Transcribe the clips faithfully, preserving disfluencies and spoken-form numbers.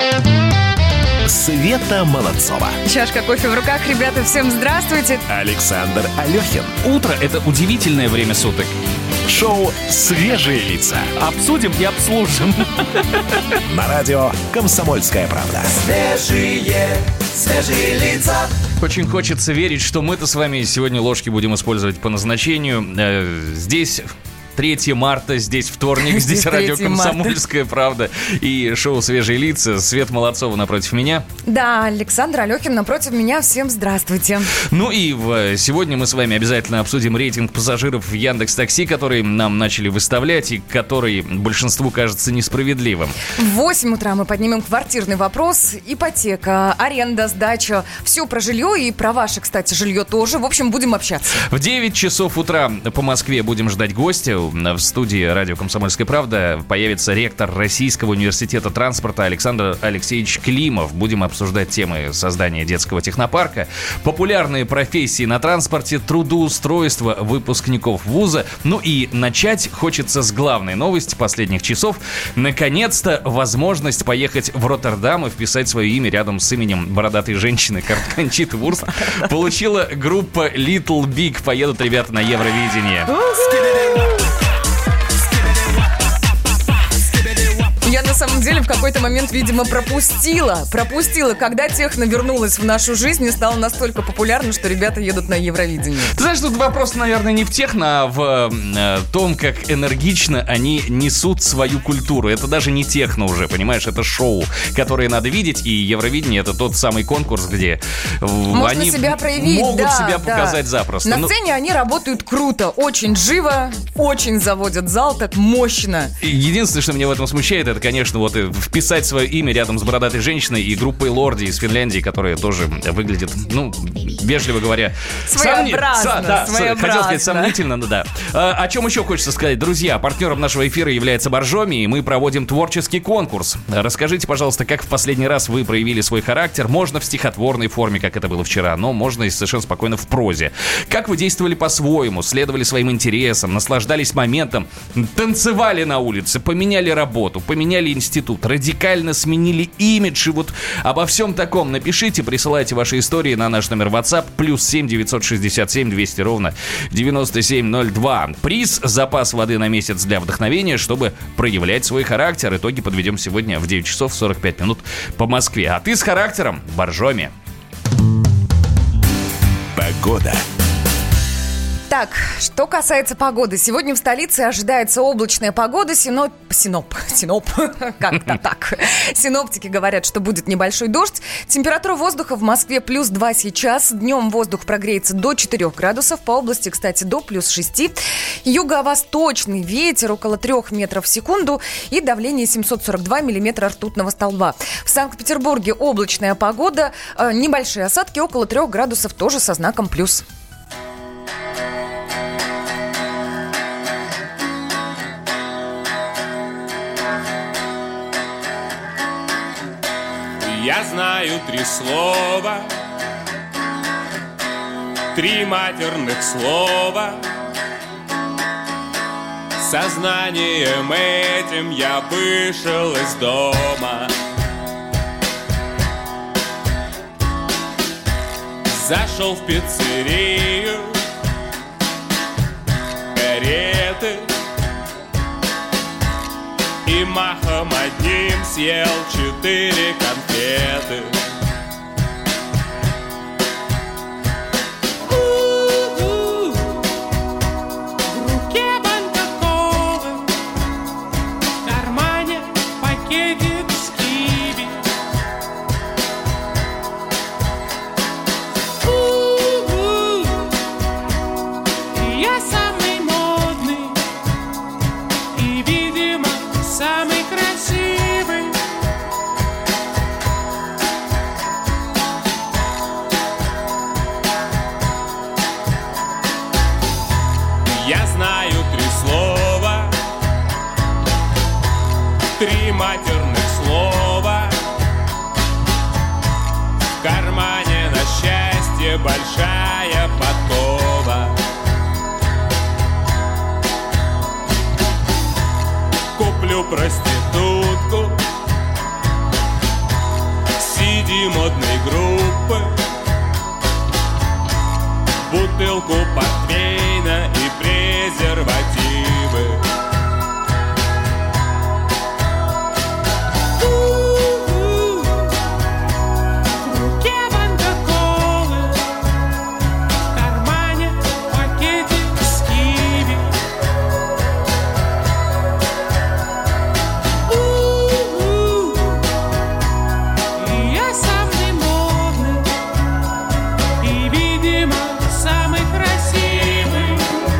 Света Молодцова. Чашка кофе в руках. Ребята, всем здравствуйте. Александр Алехин. Утро – это удивительное время суток. Шоу «Свежие лица». Обсудим и обслужим. На радио «Комсомольская правда». Свежие, свежие лица. Очень хочется верить, что мы-то с вами сегодня ложки будем использовать по назначению. Здесь... третьего марта, здесь вторник, здесь радио «Комсомольская правда» и шоу «Свежие лица». Света Молодцова напротив меня. Да, Александр Алехин напротив меня. Всем здравствуйте. Ну и в, сегодня мы с вами обязательно обсудим рейтинг пассажиров в Яндекс.Такси, который нам начали выставлять и который большинству кажется несправедливым. В восемь утра мы поднимем квартирный вопрос, ипотека, аренда, сдача, все про жилье и про ваше, кстати, жилье тоже. В общем, будем общаться. В девять часов утра по Москве будем ждать гостя. В студии радио «Комсомольская правда» появится ректор Российского университета транспорта Александр Алексеевич Климов. Будем обсуждать темы создания детского технопарка, популярные профессии на транспорте, трудоустройство выпускников вуза. Ну и начать хочется с главной новости последних часов. Наконец-то возможность поехать в Роттердам и вписать свое имя рядом с именем бородатой женщины Кончиты Вурст получила группа Little Big. Поедут ребята на Евровидение. Я на самом деле в какой-то момент, видимо, пропустила, пропустила, когда техно вернулась в нашу жизнь и стало настолько популярно, что ребята едут на Евровидение. Ты знаешь, тут вопрос, наверное, не в техно, а в э, том, как энергично они несут свою культуру. Это даже не техно уже, понимаешь, это шоу, которое надо видеть, и Евровидение — это тот самый конкурс, где Можно они себя проявить, могут да, себя да. показать запросто. На Ну, сцене они работают круто, очень живо, очень заводят зал, так мощно. единственное, что меня в этом смущает, это, конечно, вот вписать свое имя рядом с бородатой женщиной и группой Лорди из Финляндии, которая тоже выглядит, ну, вежливо говоря, Своеобразно, сомни... да, своеобразно. Хотел сказать сомнительно, но да. А, о чем еще хочется сказать? Друзья, партнером нашего эфира является Боржоми, и мы проводим творческий конкурс. Расскажите, пожалуйста, как в последний раз вы проявили свой характер? Можно в стихотворной форме, как это было вчера, но можно и совершенно спокойно в прозе. Как вы действовали по-своему, следовали своим интересам, наслаждались моментом, танцевали на улице, поменяли работу, поменяли институт, радикально сменили имидж, и вот обо всем таком напишите, присылайте ваши истории на наш номер WhatsApp плюс семь девятьсот шестьдесят семь двести ровно девяносто семь ноль два. Приз — запас воды на месяц для вдохновения, чтобы проявлять свой характер. Итоги подведем сегодня в девять часов сорок пять минут по Москве. А ты с характером — Боржоми. Погода. Так, что касается погоды. Сегодня в столице ожидается облачная погода. Синоп... Синоп. Синоп. Как-то так. Синоптики говорят, что будет небольшой дождь. Температура воздуха в Москве плюс два сейчас. Днем воздух прогреется до четырех градусов. По области, кстати, до плюс шести. Юго-восточный ветер около трех метров в секунду. И давление семьсот сорок два миллиметра ртутного столба. В Санкт-Петербурге облачная погода. Небольшие осадки около трех градусов, тоже со знаком плюс. Я знаю три слова, три матерных слова. Сознанием этим я вышел из дома. Зашел в пиццерию, кареты, и махом одним съел четыре конфеты. У-у-у. В руке банка колы, в кармане пакетик с киви. У-у-у. Я самый модный и, видимо, самый красивый. и модной группы, бутылку портвейна и презервативы. У-у-у. В руке банка колы, в кармане пакетик с киви. У-у-у. И я сам не модный, и, видимо, самый красивый.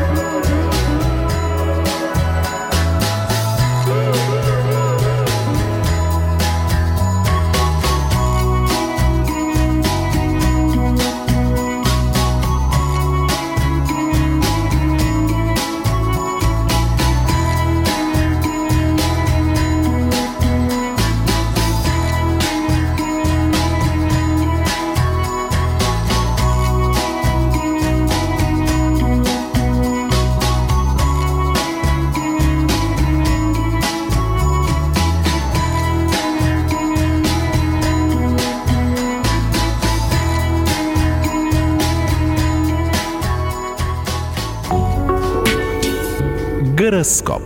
Гороскоп.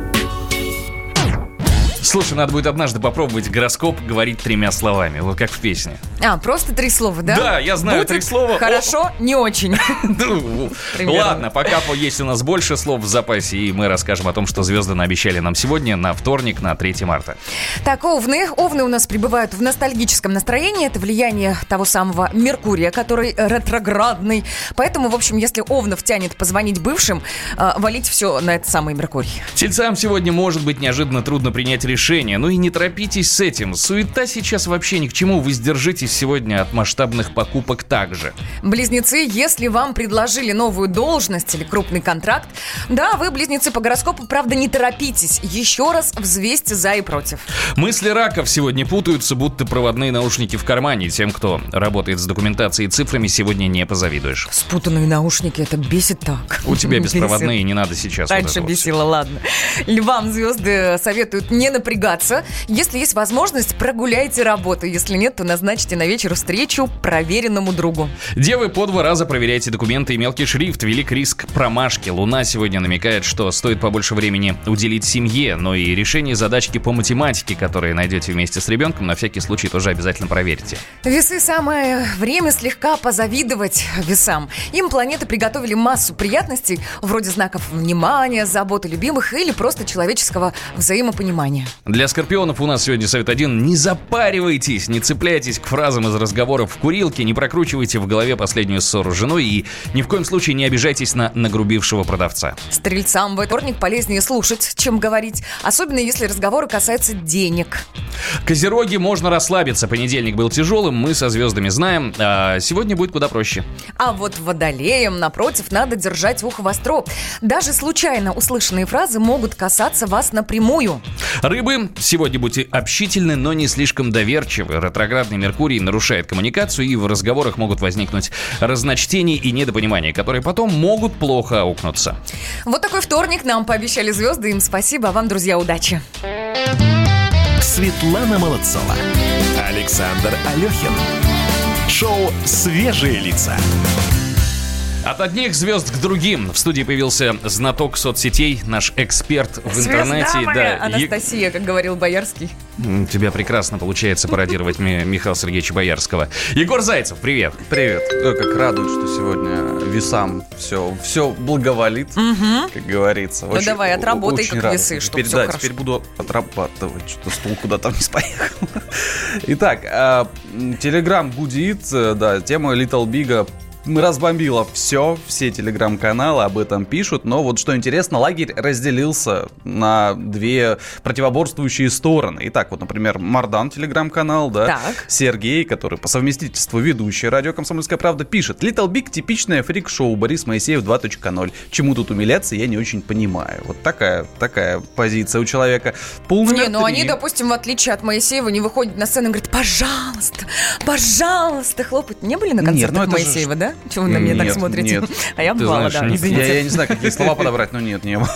Слушай, надо будет однажды попробовать гороскоп говорить тремя словами, вот как в песне. А, просто три слова, да? Да, я знаю Будет три слова. хорошо, не очень. Ну, Примерно. ладно, пока есть у нас больше слов в запасе, и мы расскажем о том, что звезды наобещали нам сегодня, на вторник, на третье марта. Так, овны. Овны у нас пребывают в ностальгическом настроении. Это влияние того самого Меркурия, который ретроградный. Поэтому, в общем, если овнов тянет позвонить бывшим, э, валить все на этот самый Меркурий. Тельцам сегодня может быть неожиданно трудно принять решение, ну и не торопитесь с этим. Суета сейчас вообще ни к чему, вы сдержитесь сегодня от масштабных покупок также. Близнецы, если вам предложили новую должность или крупный контракт, да, вы, близнецы по гороскопу, правда, не торопитесь. Еще раз взвесьте за и против. Мысли раков сегодня путаются, будто проводные наушники в кармане. Тем, кто работает с документацией и цифрами, сегодня не позавидуешь. Спутанные наушники, это бесит так. У тебя Бесит. беспроводные, не надо сейчас. Раньше вот это вот. бесило, ладно. Львам звезды советуют не напрягаться. Если есть возможность, прогуляйте работу. Если нет, то назначьте на вечер встречу проверенному другу. Девы, по два раза проверяйте документы и мелкий шрифт. Велик риск промашки. Луна сегодня намекает, что стоит побольше времени уделить семье, но и решение задачки по математике, которые найдете вместе с ребенком, на всякий случай тоже обязательно проверьте. Весы, самое время слегка позавидовать весам. Им планеты приготовили массу приятностей, вроде знаков внимания, заботы любимых или просто человеческого взаимопонимания. Для скорпионов у нас сегодня совет один. Не запаривайтесь, не цепляйтесь к фразам из разговоров в курилке, не прокручивайте в голове последнюю ссору с женой и ни в коем случае не обижайтесь на нагрубившего продавца. Стрельцам в вторник полезнее слушать, чем говорить, особенно если разговоры касаются денег. Козероги, можно расслабиться. Понедельник был тяжелым, мы со звездами знаем, а сегодня будет куда проще. А вот водолеям, напротив, надо держать ухо востро. Даже случайно услышанные фразы могут касаться вас напрямую. Рыбы, сегодня будьте общительны, но не слишком доверчивы. Ретроградный Меркурий нарушает коммуникацию, и в разговорах могут возникнуть разночтения и недопонимания, которые потом могут плохо аукнуться. Вот такой вторник нам пообещали звезды. Им спасибо, а вам, друзья, удачи. Светлана Молодцова. Александр Алехин. Шоу «Свежие лица». От одних звезд к другим. В студии появился знаток соцсетей, наш эксперт в интернете. Звезда моя, Да, Анастасия, как говорил Боярский. У тебя прекрасно получается пародировать Ми- Михаила Сергеевича Боярского. Егор Зайцев, привет. Привет. Ой, как радует, что сегодня весам все, все благоволит, как говорится. Ну давай, отработай, очень как рад. весы, чтоб Теперь, всё да, хорошо. теперь буду отрабатывать, что стул куда-то вниз поехал. Итак, а, м, Telegram гудит, э, да, тема Little Big разбомбила все, все телеграм-каналы об этом пишут, но вот что интересно, лагерь разделился на две противоборствующие стороны. Итак, вот, например, Мардан телеграм-канал, да, Так. Сергей, который по совместительству ведущий радио «Комсомольская правда», пишет: Little Big — типичное фрик-шоу, Борис Моисеев два точка ноль. Чему тут умиляться, я не очень понимаю. Вот такая, такая позиция у человека. Пул номер Не, ну три. они, допустим, в отличие от Моисеева, не выходят на сцену и говорят: пожалуйста, пожалуйста, хлопать. Не были на Нет, ну концертах это же- Моисеева, да? Чего вы на меня так Нет, смотрите? нет. А я Ты бывала, знаешь, да, не- извините. Я, я не знаю, какие слова подобрать, но нет, не было.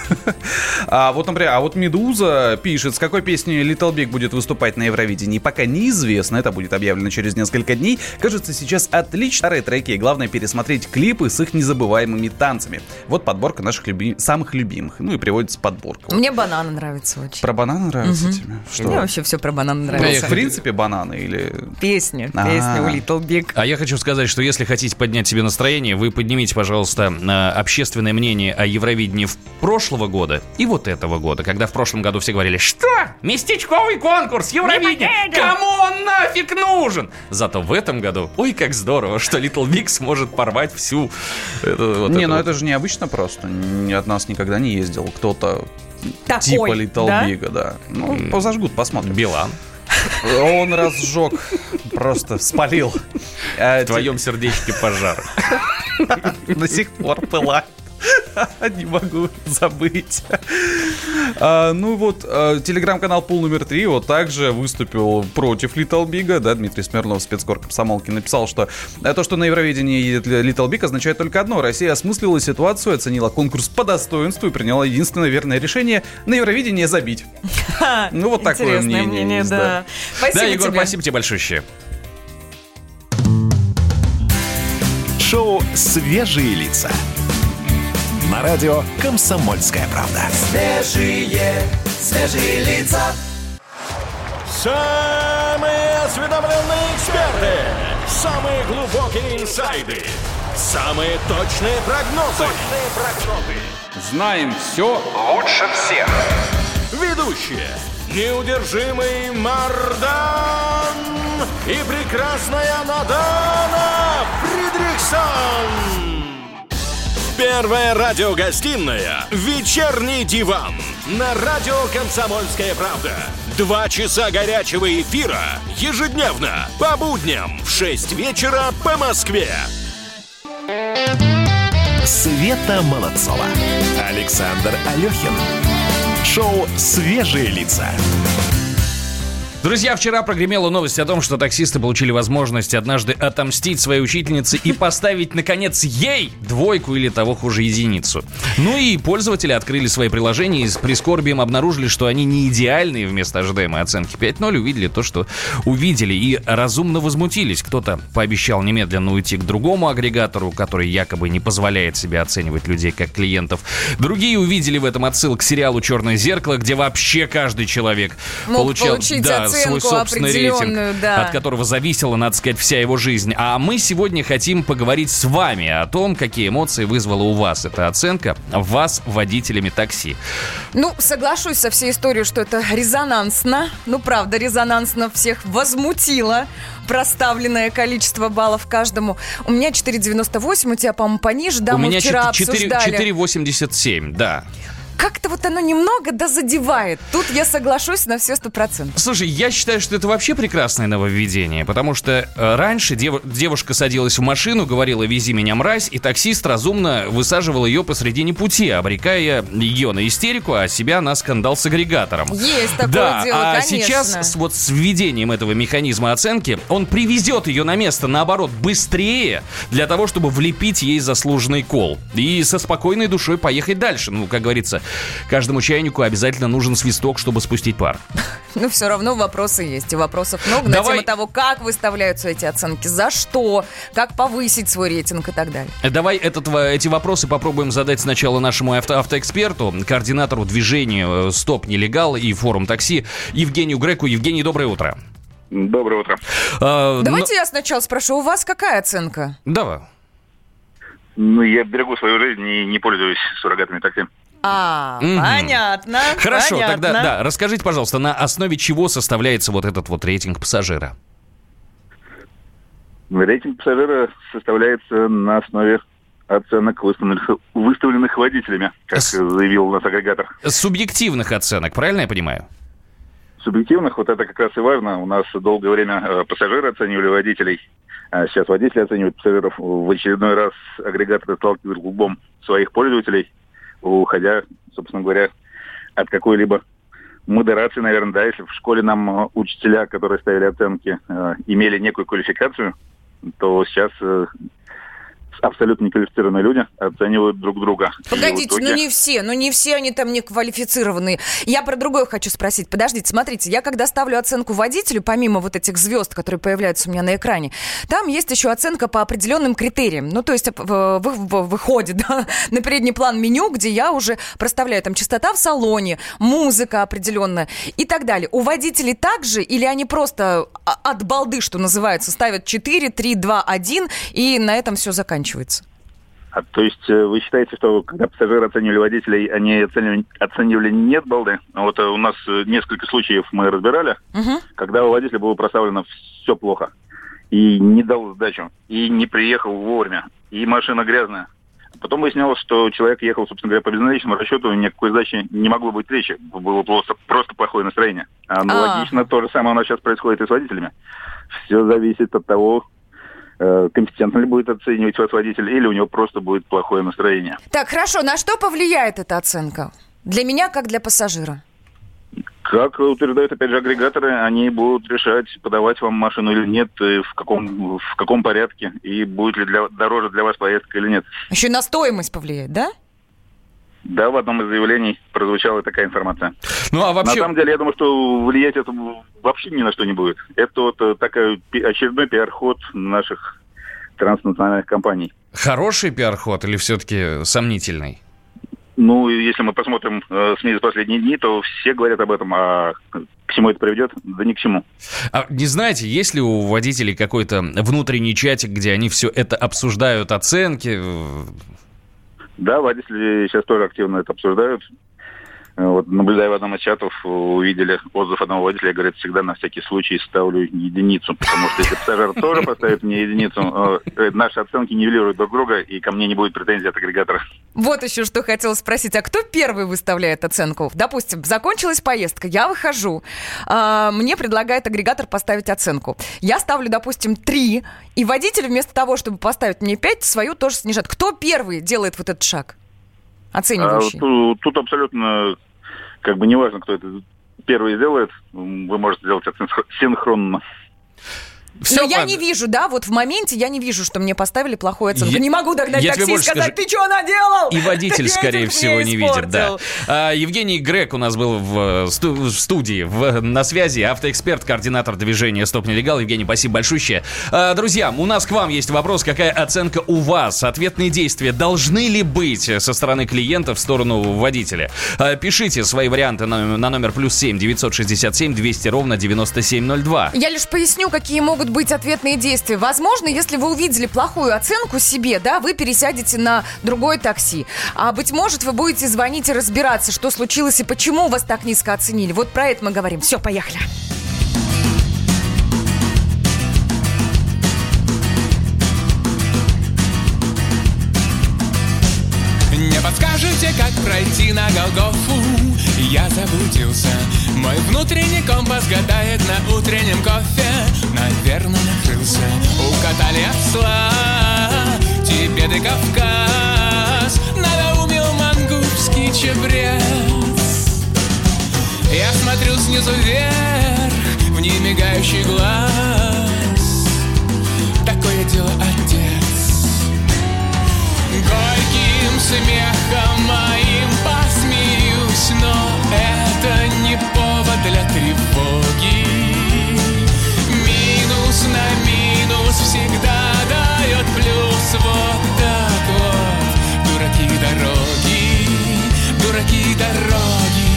А вот, например, а вот Медуза пишет, с какой песней Little Big будет выступать на Евровидении, пока неизвестно, это будет объявлено через несколько дней. Кажется, сейчас отлично старые треки, и главное пересмотреть клипы с их незабываемыми танцами. Вот подборка наших люби... самых любимых, ну и приводится подборка. Мне бананы нравятся очень. Про бананы нравится Угу. тебе? Что? Мне вообще все про бананы Ну, нравится. в принципе, бананы или... Песня, А-а-а. песня у Little Big. А я хочу сказать, что если хотите поднять себе настроение, вы поднимите, пожалуйста, э, общественное мнение о Евровидении в прошлого года и вот этого года, когда в прошлом году все говорили, что? Местечковый конкурс, Евровидение, кому он нафиг нужен? Зато в этом году, ой, как здорово, что Little Big сможет порвать всю эту, вот не, эту ну вот. это же необычно просто. Ни от нас никогда не ездил кто-то Такой, типа Little да? Big, да. Ну, позажгут, посмотрим. Билан. Он разжег, просто спалил. В твоем сердечке пожар. До сих пор пылает. Не могу забыть. а, Ну вот, а, телеграм-канал Пул номер три вот также выступил против Little Big. Да, Дмитрий Смирнов, спецкор комсомолки, написал, что то, что на Евровидении едет Little Big, означает только одно. Россия осмыслила ситуацию, оценила конкурс по достоинству и приняла единственное верное решение — на Евровидение забить. Ну вот такое Интересное мнение. мнение, есть, да. Спасибо Да, Егор, тебе. спасибо тебе большое. Шоу «Свежие лица». На радио «Комсомольская правда». Свежие, свежие лица. Самые осведомленные эксперты, самые глубокие инсайды, самые точные прогнозы. Точные прогнозы. Знаем все лучше всех. Ведущие: неудержимый Мардан и прекрасная Надана Фридрихсон. Первая радиогостинная «Вечерний диван» на радио «Комсомольская правда». Два часа горячего эфира ежедневно по будням в шесть вечера по Москве. Света Молодцова. Александр Алехин. Шоу «Свежие лица». Друзья, вчера прогремела новость о том, что таксисты получили возможность однажды отомстить своей учительнице и поставить, наконец, ей двойку или того хуже единицу. Ну и пользователи открыли свои приложения и с прискорбием обнаружили, что они не идеальные вместо ожидаемой оценки пять ноль, увидели то, что увидели, и разумно возмутились. Кто-то пообещал немедленно уйти к другому агрегатору, который якобы не позволяет себе оценивать людей как клиентов. Другие увидели в этом отсыл к сериалу «Черное зеркало», где вообще каждый человек Мог получал... получить да, оценку свой собственный рейтинг, определенную, да. от которого зависела, надо сказать, вся его жизнь. А мы сегодня хотим поговорить с вами о том, какие эмоции вызвала у вас эта оценка, вас, водителями такси. Ну, соглашусь со всей историей, что это резонансно. Ну, правда, резонансно всех возмутило проставленное количество баллов каждому. У меня четыре девяносто восемь, у тебя, по-моему, пониже. Да, у мы меня вчера четыре обсуждали. четыре восемьдесят семь, да. Как-то вот оно немного да задевает. Тут я соглашусь на все сто процентов. Слушай, я считаю, что это вообще прекрасное нововведение, потому что э, раньше дев- девушка садилась в машину, говорила «вези меня, мразь», и таксист разумно высаживал ее посредине пути, обрекая ее на истерику, а себя на скандал с агрегатором. Есть такое да, дело, а конечно. сейчас с, вот с введением этого механизма оценки он привезет ее на место, наоборот, быстрее, для того, чтобы влепить ей заслуженный кол. И со спокойной душой поехать дальше. Ну, как говорится, каждому чайнику обязательно нужен свисток, чтобы спустить пар. Но все равно вопросы есть. И вопросов много на Давай. тему того, как выставляются эти оценки, за что, как повысить свой рейтинг и так далее. Давай этот, эти вопросы попробуем задать сначала нашему авто, автоэксперту, координатору движения «Стоп Нелегал» и форум такси Евгению Греку. Евгений, доброе утро. Доброе утро. А, Давайте я сначала спрошу, у вас какая оценка? ну, давай. Ну, я берегу свою жизнь и не пользуюсь суррогатами такси. А, Мгм. понятно. Хорошо, понятно. тогда да, расскажите, пожалуйста, на основе чего составляется вот этот вот рейтинг пассажира? Рейтинг пассажира составляется на основе оценок, выставленных, выставленных водителями, как С- заявил у нас агрегатор. Субъективных оценок, правильно я понимаю? Субъективных, вот это как раз и важно. У нас долгое время э, пассажиры оценивали водителей, а сейчас водители оценивают пассажиров. В очередной раз агрегаторы сталкивают лбом своих пользователей, уходя, собственно говоря, от какой-либо модерации, наверное, да, если в школе нам э, учителя, которые ставили оценки, э, имели некую квалификацию, то сейчас э, абсолютно неквалифицированные люди оценивают друг друга. Погодите, итоге... ну не все, ну не все они там неквалифицированные. Я про другое хочу спросить. Подождите, смотрите, я когда ставлю оценку водителю, помимо вот этих звезд, которые появляются у меня на экране, там есть еще оценка по определенным критериям. Ну, то есть в, в, в, выходит да, на передний план меню, где я уже проставляю там частота в салоне, музыка определенная и так далее. У водителей также или они просто от балды, что называется, ставят четыре, три, два, один и на этом все заканчивается? А, то есть вы считаете, что когда пассажиры оценивали водителей, они оценивали, оценивали нет балды? Вот у нас несколько случаев мы разбирали, угу. когда у водителя было проставлено все плохо. И не дал сдачу, и не приехал вовремя, и машина грязная. Потом выяснялось, что человек ехал, собственно говоря, по безналичному расчету, никакой сдачи не могло быть речи. Было просто, просто плохое настроение. Аналогично то же самое у нас сейчас происходит и с водителями. Все зависит от того, компетентно ли будет оценивать вас водитель, или у него просто будет плохое настроение. Так, хорошо. На что повлияет эта оценка? Для меня, как для пассажира? Как утверждают, опять же, агрегаторы, они будут решать, подавать вам машину или нет, и в каком, в каком порядке, и будет ли для, дороже для вас поездка или нет. Еще и на стоимость повлияет, да? Да, в одном из заявлений прозвучала такая информация. Ну, а вообще... На самом деле, я думаю, что влиять это вообще ни на что не будет. Это вот такой очередной пиар-ход наших транснациональных компаний. Хороший пиар-ход или все-таки сомнительный? Ну, если мы посмотрим э, СМИ за последние дни, то все говорят об этом, а к чему это приведет? Да ни к чему. А не знаете, есть ли у водителей какой-то внутренний чатик, где они все это обсуждают, оценки? Да, водители сейчас тоже активно это обсуждают. Вот, наблюдая в одном из чатов, увидели отзыв одного водителя, говорит, всегда на всякий случай ставлю единицу, потому что если пассажир тоже поставит мне единицу, э, наши оценки нивелируют друг друга, и ко мне не будет претензий от агрегатора. Вот еще что хотела спросить, а кто первый выставляет оценку? Допустим, закончилась поездка, я выхожу, э, мне предлагает агрегатор поставить оценку. Я ставлю, допустим, три, и водитель вместо того, чтобы поставить мне пять, свою тоже снижает. Кто первый делает вот этот шаг? Оценивающий. А, тут, тут абсолютно... Как бы неважно, кто это первый сделает, вы можете сделать это синхронно. Все Но я не вижу, да, вот в моменте я не вижу, что мне поставили плохую оценку. Я не могу догнать такси и сказать, скажу, ты что наделал? И водитель, ты скорее всего, не видит, да. А, Евгений Грек у нас был в, сту- в студии, в, на связи, автоэксперт, координатор движения «Стоп нелегал». Евгений, спасибо большущее. А, друзья, у нас к вам есть вопрос, какая оценка у вас? Ответные действия должны ли быть со стороны клиента в сторону водителя? А, пишите свои варианты на, на номер плюс семь девятьсот шестьдесят семь двести ровно девяносто семь ноль два. Я лишь поясню, какие могут быть ответные действия. Возможно, если вы увидели плохую оценку себе, да, вы пересядете на другое такси. А быть может, вы будете звонить и разбираться, что случилось и почему вас так низко оценили. Вот про это мы говорим. Все, поехали. Не подскажете, как пройти на Голгофу? Я заблудился. Мой внутренний компас гадает на утреннем кофе. Наверное, накрылся. Укатали осла, Тибет и Кавказ. Надоумил мангубский чебрец. Я смотрю снизу вверх в немигающий глаз. Такое дело, отец. Горьким смехом моим посмеюсь, но это не повод для тревоги. Минус на минус всегда дает плюс. Вот так вот, дураки дороги, дураки дороги.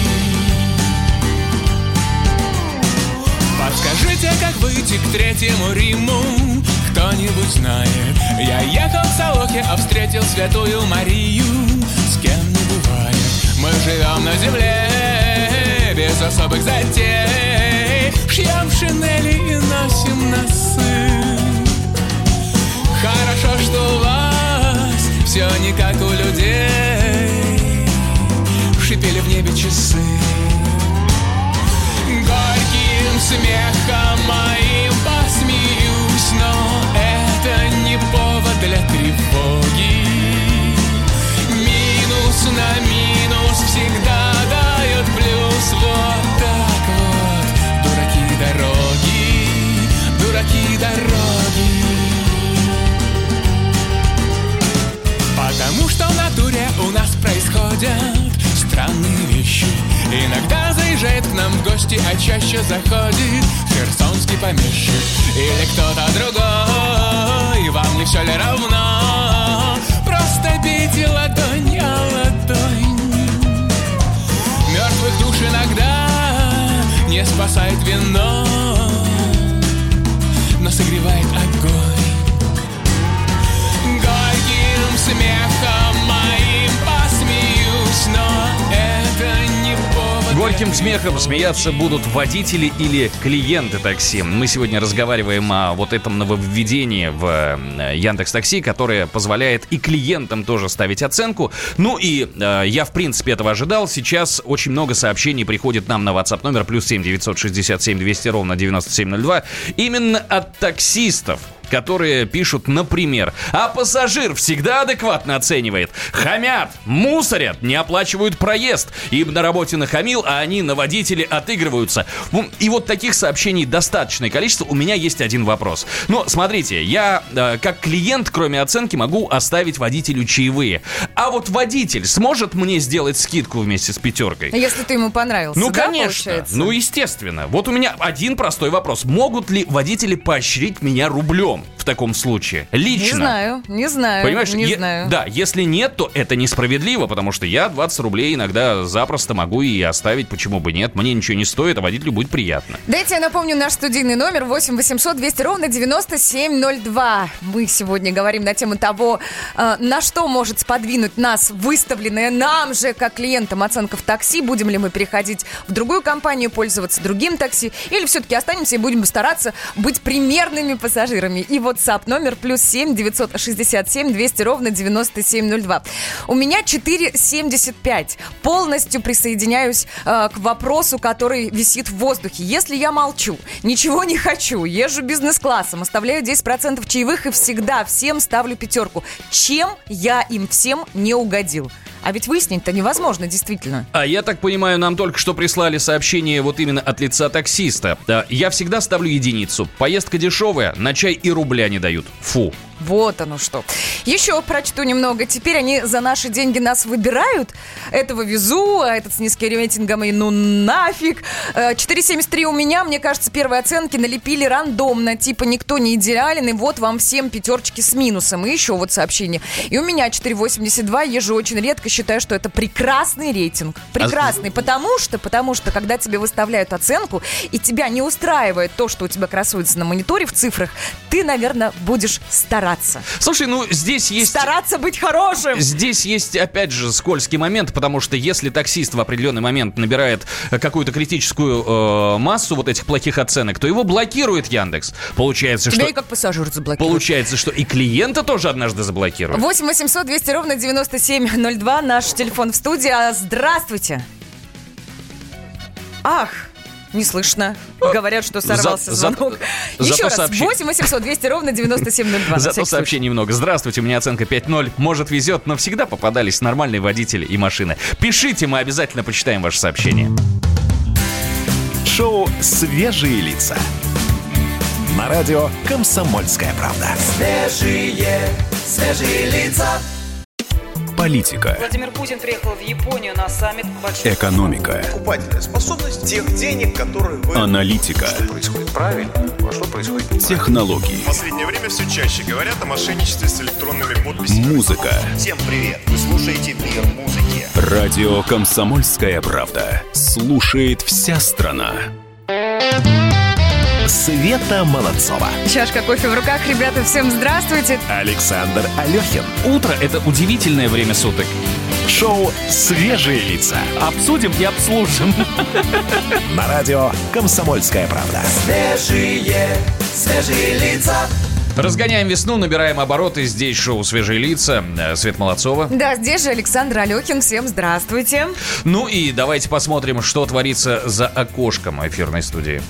Подскажите, как выйти к Третьему Риму? Кто-нибудь знает? Я ехал в Салохе, а встретил Святую Марию. С кем не бывает. Мы живем на земле без особых затей. Шьем шинели и носим носы. Хорошо, что у вас все не как у людей. Шипели в небе часы. Горьким смехом моим посмеюсь, но это не повод для тревоги. Минус на минус всегда дает плюс. Вот так вот, дураки дороги, дураки дороги. гости, а чаще заходит херсонский помещик или кто-то другой. Вам не все ли равно? Просто бейте ладонь о ладонь. Мертвых душ иногда не спасает вино, но согревает огонь. Горьким смехом моим посмеюсь, но это не повод. Горьким смехом смеяться будут водители или клиенты такси. Мы сегодня разговариваем о вот этом нововведении в Яндекс.Такси, которое позволяет и клиентам тоже ставить оценку. Ну и э, я, в принципе, этого ожидал. Сейчас очень много сообщений приходит нам на WhatsApp номер плюс семь девятьсот шестьдесят семь двести ровно девяносто семь ноль два именно от таксистов, которые пишут, например: а пассажир всегда адекватно оценивает. Хамят, мусорят, не оплачивают проезд. Им на работе нахамил, а они на водителе отыгрываются. И вот таких сообщений достаточное количество. У меня есть один вопрос. Но смотрите, я э, как клиент, кроме оценки, могу оставить водителю чаевые. А вот водитель сможет мне сделать скидку вместе с пятеркой? Если ты ему понравился, ну, да, конечно. получается? Ну, естественно. Вот у меня один простой вопрос. Могут ли водители поощрить меня рублем в таком случае? Лично. Не знаю, не знаю. Понимаешь, не е- знаю. Да, если нет, то это несправедливо, потому что я двадцать рублей иногда запросто могу и оставить, почему бы нет. Мне ничего не стоит, а водителю будет приятно. Дайте я напомню наш студийный номер восемь восемьсот двести ровно девяносто семь ноль два. Мы сегодня говорим на тему того, э, на что может сподвинуть нас выставленная нам же, как клиентам, оценка в такси. Будем ли мы переходить в другую компанию, пользоваться другим такси, или все-таки останемся и будем стараться быть примерными пассажирами. И WhatsApp номер плюс семь девятьсот шестьдесят семь двести ровно девяносто семь ноль два. У меня четыре семьдесят пять. Полностью присоединяюсь э, к вопросу, который висит в воздухе. Если я молчу, ничего не хочу, езжу бизнес-классом, оставляю десять процентов чаевых и всегда всем ставлю пятерку, чем я им всем не угодил? А ведь выяснить-то невозможно, действительно. А я так понимаю, нам только что прислали сообщение вот именно от лица таксиста. Да, я всегда ставлю единицу. Поездка дешевая, на чай и рубля не дают. Фу. Вот оно что. Еще прочту немного. Теперь они за наши деньги нас выбирают. Этого везу, а этот с низким рейтингом, и ну нафиг. четыре семьдесят три у меня. Мне кажется, первые оценки налепили рандомно. Типа никто не идеален, и вот вам всем пятерочки с минусом. И еще вот сообщение. И у меня четыре восемьдесят два. Езжу очень редко. Считаю, что это прекрасный рейтинг. Прекрасный. А... Потому что, потому что, когда тебе выставляют оценку, и тебя не устраивает то, что у тебя красуется на мониторе в цифрах, ты, наверное, будешь стараться. Слушай, ну здесь есть... Стараться быть хорошим! Здесь есть, опять же, скользкий момент, потому что если таксист в определенный момент набирает какую-то критическую э, массу вот этих плохих оценок, то его блокирует Яндекс. Получается, Тебя что... и как пассажир заблокирует. Получается, что и клиента тоже однажды заблокируют. восемь восемьсот двести ровно девяносто семь ноль два. Наш телефон в студии. Здравствуйте! Ах! Не слышно. Говорят, что сорвался за, звонок. За, Еще раз. сообщи... восемь восемьсот двести ровно девяносто семь ноль два. Зато сообщений много. Здравствуйте, у меня оценка пять ноль. Может, везет, но всегда попадались нормальные водители и машины. Пишите, мы обязательно почитаем ваше сообщение. Шоу «Свежие лица». На радио «Комсомольская правда». Свежие, свежие лица. Политика. Владимир Путин приехал в Японию на саммит большой... Экономика. Покупательная способность тех денег, которые вы... Аналитика. Что происходит правильно, а что происходит неправильно. Технологии. В последнее время все чаще говорят о мошенничестве с электронными подписями. Музыка. Всем привет! Вы слушаете «Мир музыки». Радио «Комсомольская правда». Слушает вся страна. Света Молодцова. Чашка кофе в руках. Ребята, всем здравствуйте. Александр Алехин. Утро – это удивительное время суток. Шоу «Свежие лица». Обсудим и обслужим. На радио «Комсомольская правда». Свежие, свежие лица. Разгоняем весну, набираем обороты. Здесь шоу «Свежие лица». Света Молодцова. Да, здесь же Александр Алехин. Всем здравствуйте. Ну и давайте посмотрим, что творится за окошком эфирной студии.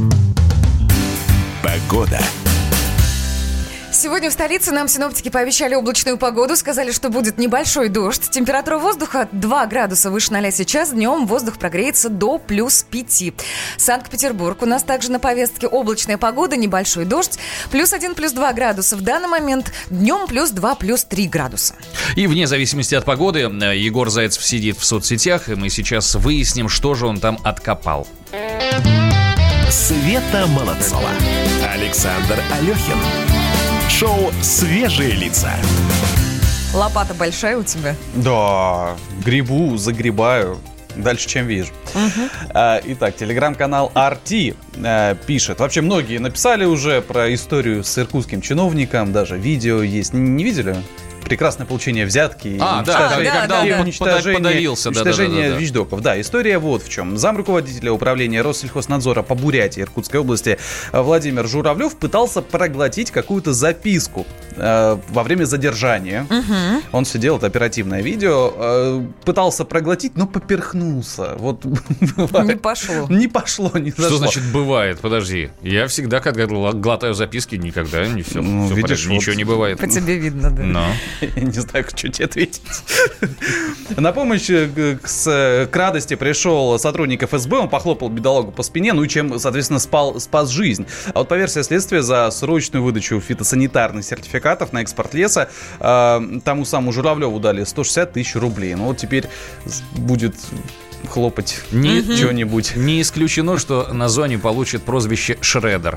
Погода. Сегодня в столице нам синоптики пообещали облачную погоду, сказали, что будет небольшой дождь. Температура воздуха два градуса выше ноля сейчас. Днем воздух прогреется до плюс пяти. Санкт-Петербург. У нас также на повестке облачная погода, небольшой дождь. Плюс один, плюс два градуса. В данный момент днем плюс два, плюс три градуса. И вне зависимости от погоды, Егор Зайцев сидит в соцсетях, и мы сейчас выясним, что же он там откопал. Света Молодцова. Александр Алехин. Шоу «Свежие лица». Лопата большая у тебя? Да, грибу, загребаю. Дальше, чем вижу. Uh-huh. А, итак, телеграм-канал ар ти а, пишет. Вообще, многие написали уже про историю с иркутским чиновником. Даже видео есть. Не, не видели? Прекрасное получение взятки. А, да, да, когда он уничтожение, подавился. Уничтожение да, да, да, да. вещдоков. Да, история вот в чем. Замруководителя управления Россельхознадзора по Бурятии Иркутской области Владимир Журавлев пытался проглотить какую-то записку э, во время задержания. Угу. Он сидел, это оперативное видео, э, пытался проглотить, но поперхнулся. Вот, не пошло. Не пошло, не зашло. Что значит бывает? Подожди. Я всегда, когда глотаю записки, никогда не все. Ну, все видишь, вот, ничего не бывает. По тебе видно, да. Но. Я не знаю, что тебе ответить. На помощь к, к, к радости пришел сотрудник эф эс бэ, он похлопал бедолагу по спине, ну и чем, соответственно, спал, спас жизнь. А вот по версии следствия, за срочную выдачу фитосанитарных сертификатов на экспорт леса э, тому самому Журавлеву дали сто шестьдесят тысяч рублей. Ну вот теперь будет... хлопать не, что-нибудь. Не исключено, что на зоне получит прозвище Шредер.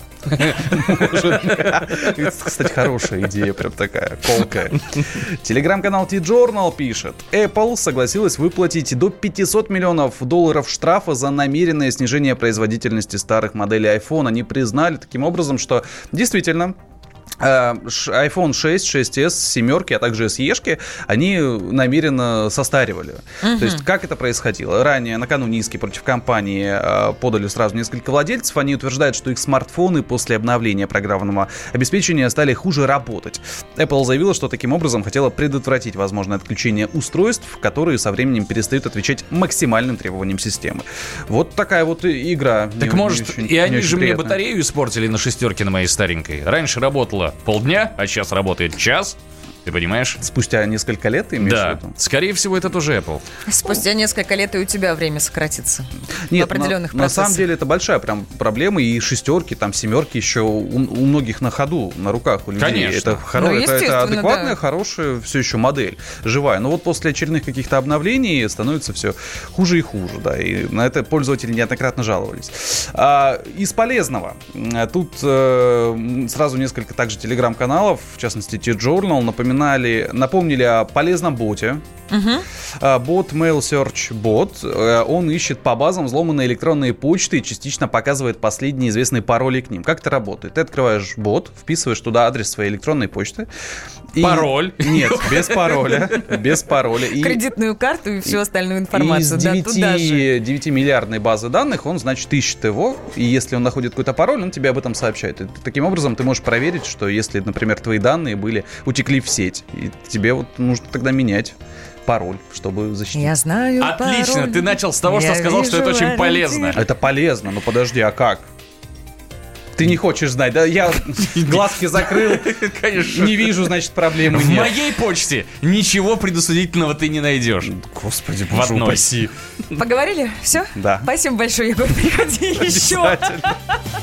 Кстати, хорошая идея, прям такая колкая. Телеграм-канал T-Journal пишет. Apple согласилась выплатить до пятьсот миллионов долларов штрафа за намеренное снижение производительности старых моделей iPhone. Они признали таким образом, что действительно айфон шесть, шесть эс, семерки, а также эс и-шки, они намеренно состаривали. Uh-huh. То есть, как это происходило? Ранее, накануне иски против компании подали сразу несколько владельцев. Они утверждают, что их смартфоны после обновления программного обеспечения стали хуже работать. Apple заявила, что таким образом хотела предотвратить возможное отключение устройств, которые со временем перестают отвечать максимальным требованиям системы. Вот такая вот игра. Так не, может, не очень, и они же приятная. мне батарею испортили на шестерке на моей старенькой. Раньше работала полдня, а сейчас работает час. Ты понимаешь? Спустя несколько лет ты имеешь да. в виду? Скорее всего, это тоже Apple. Спустя несколько лет и у тебя время сократится. Нет, в определенных на, процессах. на самом деле это большая прям проблема. И шестерки, там семерки еще у, у многих на ходу, на руках у людей. Конечно. Это, хоро... ну, это, это адекватная, да. хорошая все еще модель, живая. Но вот после очередных каких-то обновлений становится все хуже и хуже. Да, и на это пользователи неоднократно жаловались. А, из полезного. Тут э, сразу несколько также телеграм-каналов, в частности T-Journal, напоминали, напомнили о полезном боте. Uh-huh. Бот Mail Search Bot. Он ищет по базам взломанные электронные почты и частично показывает последние известные пароли к ним. Как это работает? Ты открываешь бот, вписываешь туда адрес своей электронной почты. И... Пароль? Нет, без пароля. Без пароля. И... Кредитную карту и всю остальную информацию. Из девятимиллиардной базы данных он, значит, ищет его. И если он находит какой-то пароль, он тебе об этом сообщает. И таким образом ты можешь проверить, что если, например, твои данные были утекли в сеть, и тебе вот нужно тогда менять пароль, чтобы защитить. Я знаю Отлично, пароль. Ты начал с того, что Я сказал, что это очень ориентир. полезно. Это полезно, но подожди, а как? Ты не хочешь знать, да? Я глазки закрыл, Конечно. Не вижу, значит, проблемы В нет. моей почте ничего предусудительного ты не найдешь. Господи, В боже одной. упаси. Поговорили? Все? Да. Спасибо большое, Егор. Приходи еще. Обязательно.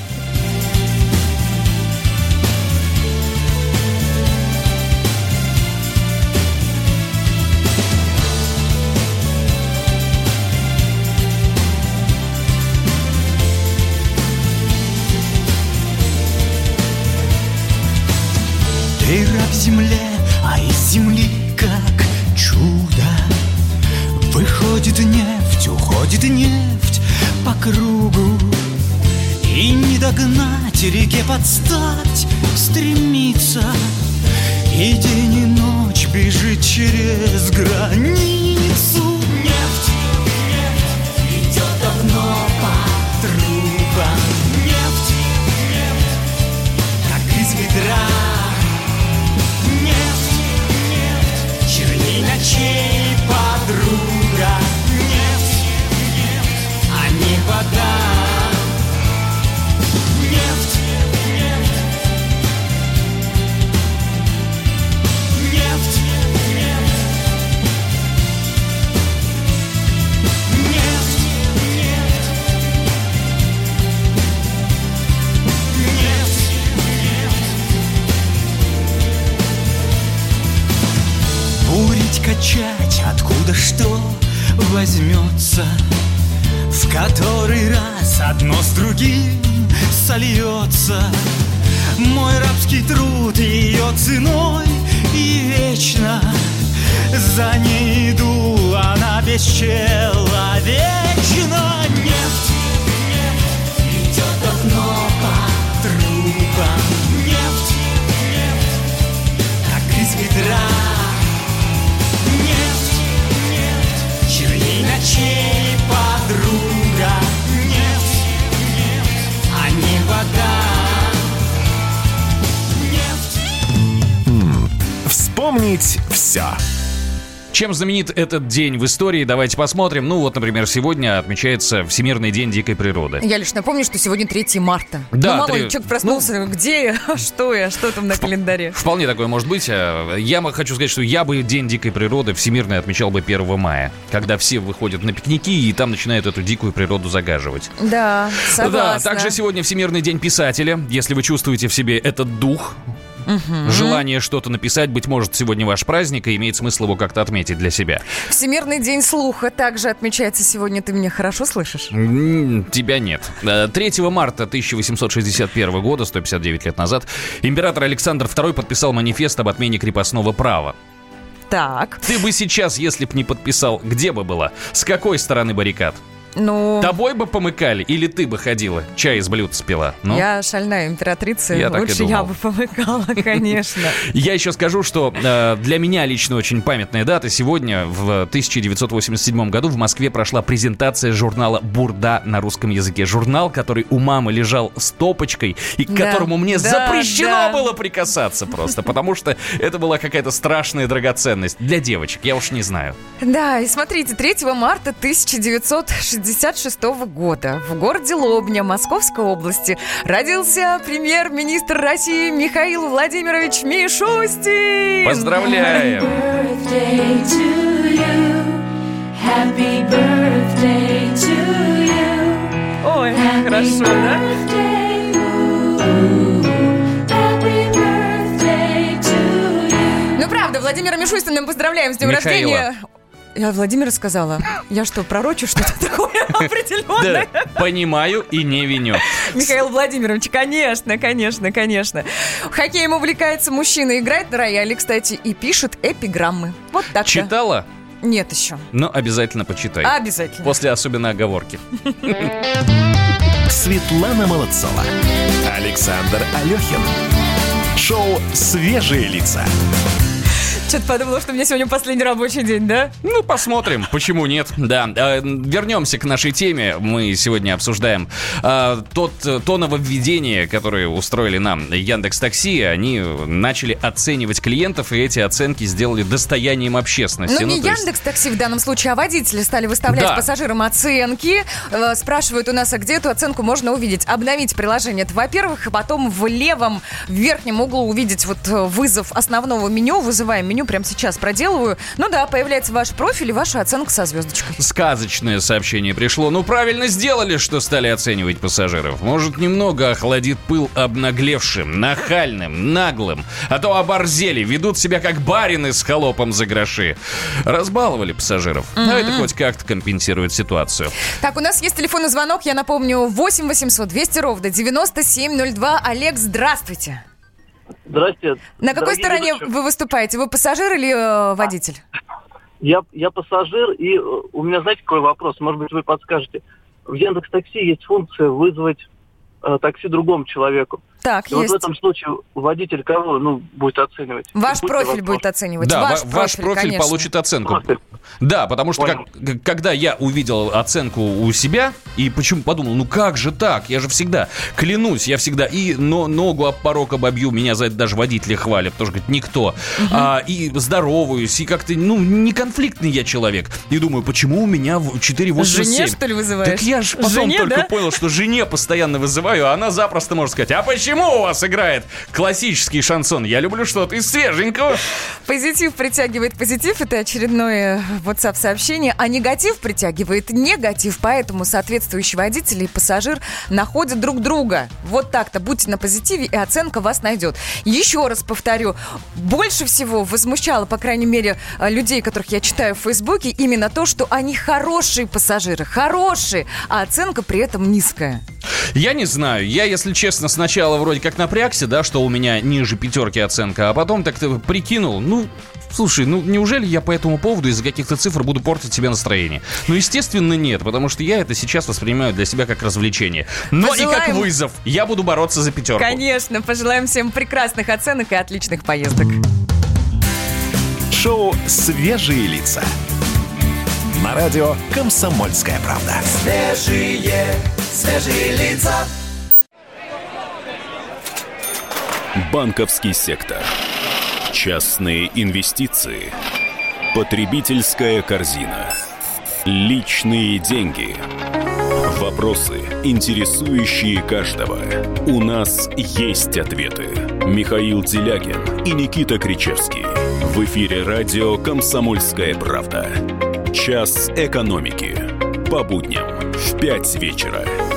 Ты раб земле, а из земли как чудо выходит нефть, уходит нефть по кругу. И не догнать, реке подстать стремится, и день и ночь бежит через границу. Нефть, нефть идет давно по трубам. Нефть, нефть, как из ведра. Ночей подруга, нефть, нефть, а не вода. Нефть, нефть, нефть, нефть, нефть, нефть, нефть. Бурить, качать, откуда что возьмется. в который раз одно с другим сольется. Мой рабский труд ее ценой и вечно за ней иду, она бесчеловечна. Нефть, нефть идет давно по трубам. Нефть, нефть, как из ведра. Нефть, нефть, черней ночей подруга. Нефть, нефть, а не вода. Вспомнить все. Чем знаменит этот день в истории? Давайте посмотрим. Ну вот, например, сегодня отмечается Всемирный день дикой природы. Я лишь напомню, что сегодня третье марта. Да, ну, мало три... ли, человек проснулся, ну, где я, что я, что там на календаре. Вполне такое может быть. Я хочу сказать, что я бы День дикой природы всемирный отмечал бы первого мая, когда все выходят на пикники и там начинают эту дикую природу загаживать. Да, согласна. Да, также сегодня Всемирный день писателя. Если вы чувствуете в себе этот дух, угу. желание что-то написать, быть может, сегодня ваш праздник, и имеет смысл его как-то отметить для себя. Всемирный день слуха также отмечается сегодня. Ты меня хорошо слышишь? Тебя нет. третьего марта тысяча восемьсот шестьдесят первого года, сто пятьдесят девять лет назад, император Александр второй подписал манифест об отмене крепостного права. Так. Ты бы сейчас, если б не подписал, где бы была? С какой стороны баррикад? Ну... Тобой бы помыкали или ты бы ходила, чай из блюд спила? Ну? Я шальная императрица, я лучше я бы помыкала, конечно. Я еще скажу, что э, для меня лично очень памятная дата. Сегодня, в тысяча девятьсот восемьдесят седьмом году, в Москве прошла презентация журнала «Бурда» на русском языке. Журнал, который у мамы лежал стопочкой и к да, которому мне да, запрещено да. было прикасаться просто, потому что это была какая-то страшная драгоценность для девочек, я уж не знаю. Да, и смотрите, третьего марта тысяча девятьсот шестьдесят шестого года в городе Лобня Московской области родился премьер-министр России Михаил Владимирович Мишустин. Поздравляем! Ой, хорошо, да? Ну, правда, Владимира Мишустина мы поздравляем с днем Михаила. рождения. Я Владимира сказала. Я что, пророчу что-то такое определенное? Да, понимаю и не виню. Михаил Владимирович, конечно, конечно, конечно. Хоккеем увлекается мужчина, играет на рояле, кстати, и пишет эпиграммы. Вот так-то. Читала? Нет еще. Ну, обязательно почитай. Обязательно. После особенно оговорки. Светлана Молодцова. Александр Алехин. Шоу «Свежие лица». Что-то подумала, что у меня сегодня последний рабочий день, да? Ну, посмотрим, почему нет. Да, э, вернемся к нашей теме. Мы сегодня обсуждаем э, тот, то нововведение, которое устроили нам Яндекс.Такси. Они начали оценивать клиентов, и эти оценки сделали достоянием общественности. Ну, не ну, Яндекс.Такси в данном случае, а водители стали выставлять да. пассажирам оценки. Э, спрашивают у нас, а где эту оценку можно увидеть? Обновить приложение. Это, во-первых, и потом в левом в верхнем углу увидеть вот вызов основного меню. Вызываем меню. Прямо сейчас проделываю. Ну да, появляется ваш профиль и ваша оценка со звездочкой. Сказочное сообщение пришло. Ну, правильно сделали, что стали оценивать пассажиров. Может, немного охладит пыл обнаглевшим, нахальным, наглым. А то оборзели, ведут себя как барины с холопом за гроши. Разбаловали пассажиров. Mm-hmm. А это хоть как-то компенсирует ситуацию. Так, у нас есть телефонный звонок. Я напомню, восемь восемьсот двести ровно девяносто семь ноль два. Олег, здравствуйте. Здрасте. На какой стороне ведущие. Вы выступаете? Вы пассажир или э, водитель? Я, я пассажир, и у меня, знаете, какой вопрос? Может быть, вы подскажете. В Яндекс.Такси есть функция вызвать э, такси другому человеку. Так, и есть. Вот в этом случае водитель кого ну, будет оценивать? Ваш Будьте профиль возможно. будет оценивать. Да, ваш, ва- профиль, ваш профиль конечно. получит оценку. Профиль. Да, потому что как, когда я увидел оценку у себя, и почему подумал, ну как же так? Я же всегда, клянусь, я всегда и но, ногу об порог обобью, меня за это даже водители хвалят, потому что говорят, никто. Угу. А, и здороваюсь, и как-то, ну, не конфликтный я человек. И думаю, почему у меня четыре восемьдесят семь? Жене, что ли, вызываешь? Так я же потом Жене, только да? понял, что жене постоянно вызываю, а она запросто может сказать, а почему у вас играет классический шансон? Я люблю что-то из свеженького. Позитив притягивает позитив. Это очередное WhatsApp-сообщение. А негатив притягивает негатив. Поэтому, соответственно, соответствующий водитель и пассажир находят друг друга. Вот так-то. Будьте на позитиве, и оценка вас найдет. Еще раз повторю, больше всего возмущало, по крайней мере, людей, которых я читаю в Фейсбуке, именно то, что они хорошие пассажиры, хорошие, а оценка при этом низкая. Я не знаю. Я, если честно, сначала вроде как напрягся, да, что у меня ниже пятерки оценка, а потом так-то прикинул, ну... Слушай, ну неужели я по этому поводу из-за каких-то цифр буду портить себе настроение? Ну, естественно, нет, потому что я это сейчас воспринимаю для себя как развлечение. Но пожелаем... и как вызов. Я буду бороться за пятерку. Конечно, пожелаем всем прекрасных оценок и отличных поездок. Шоу «Свежие лица». На радио «Комсомольская правда». Свежие, свежие лица. Банковский сектор. Частные инвестиции. Потребительская корзина. Личные деньги. Вопросы, интересующие каждого. У нас есть ответы. Михаил Делягин и Никита Кричевский. В эфире радио «Комсомольская правда». Час экономики. По будням в пять вечера.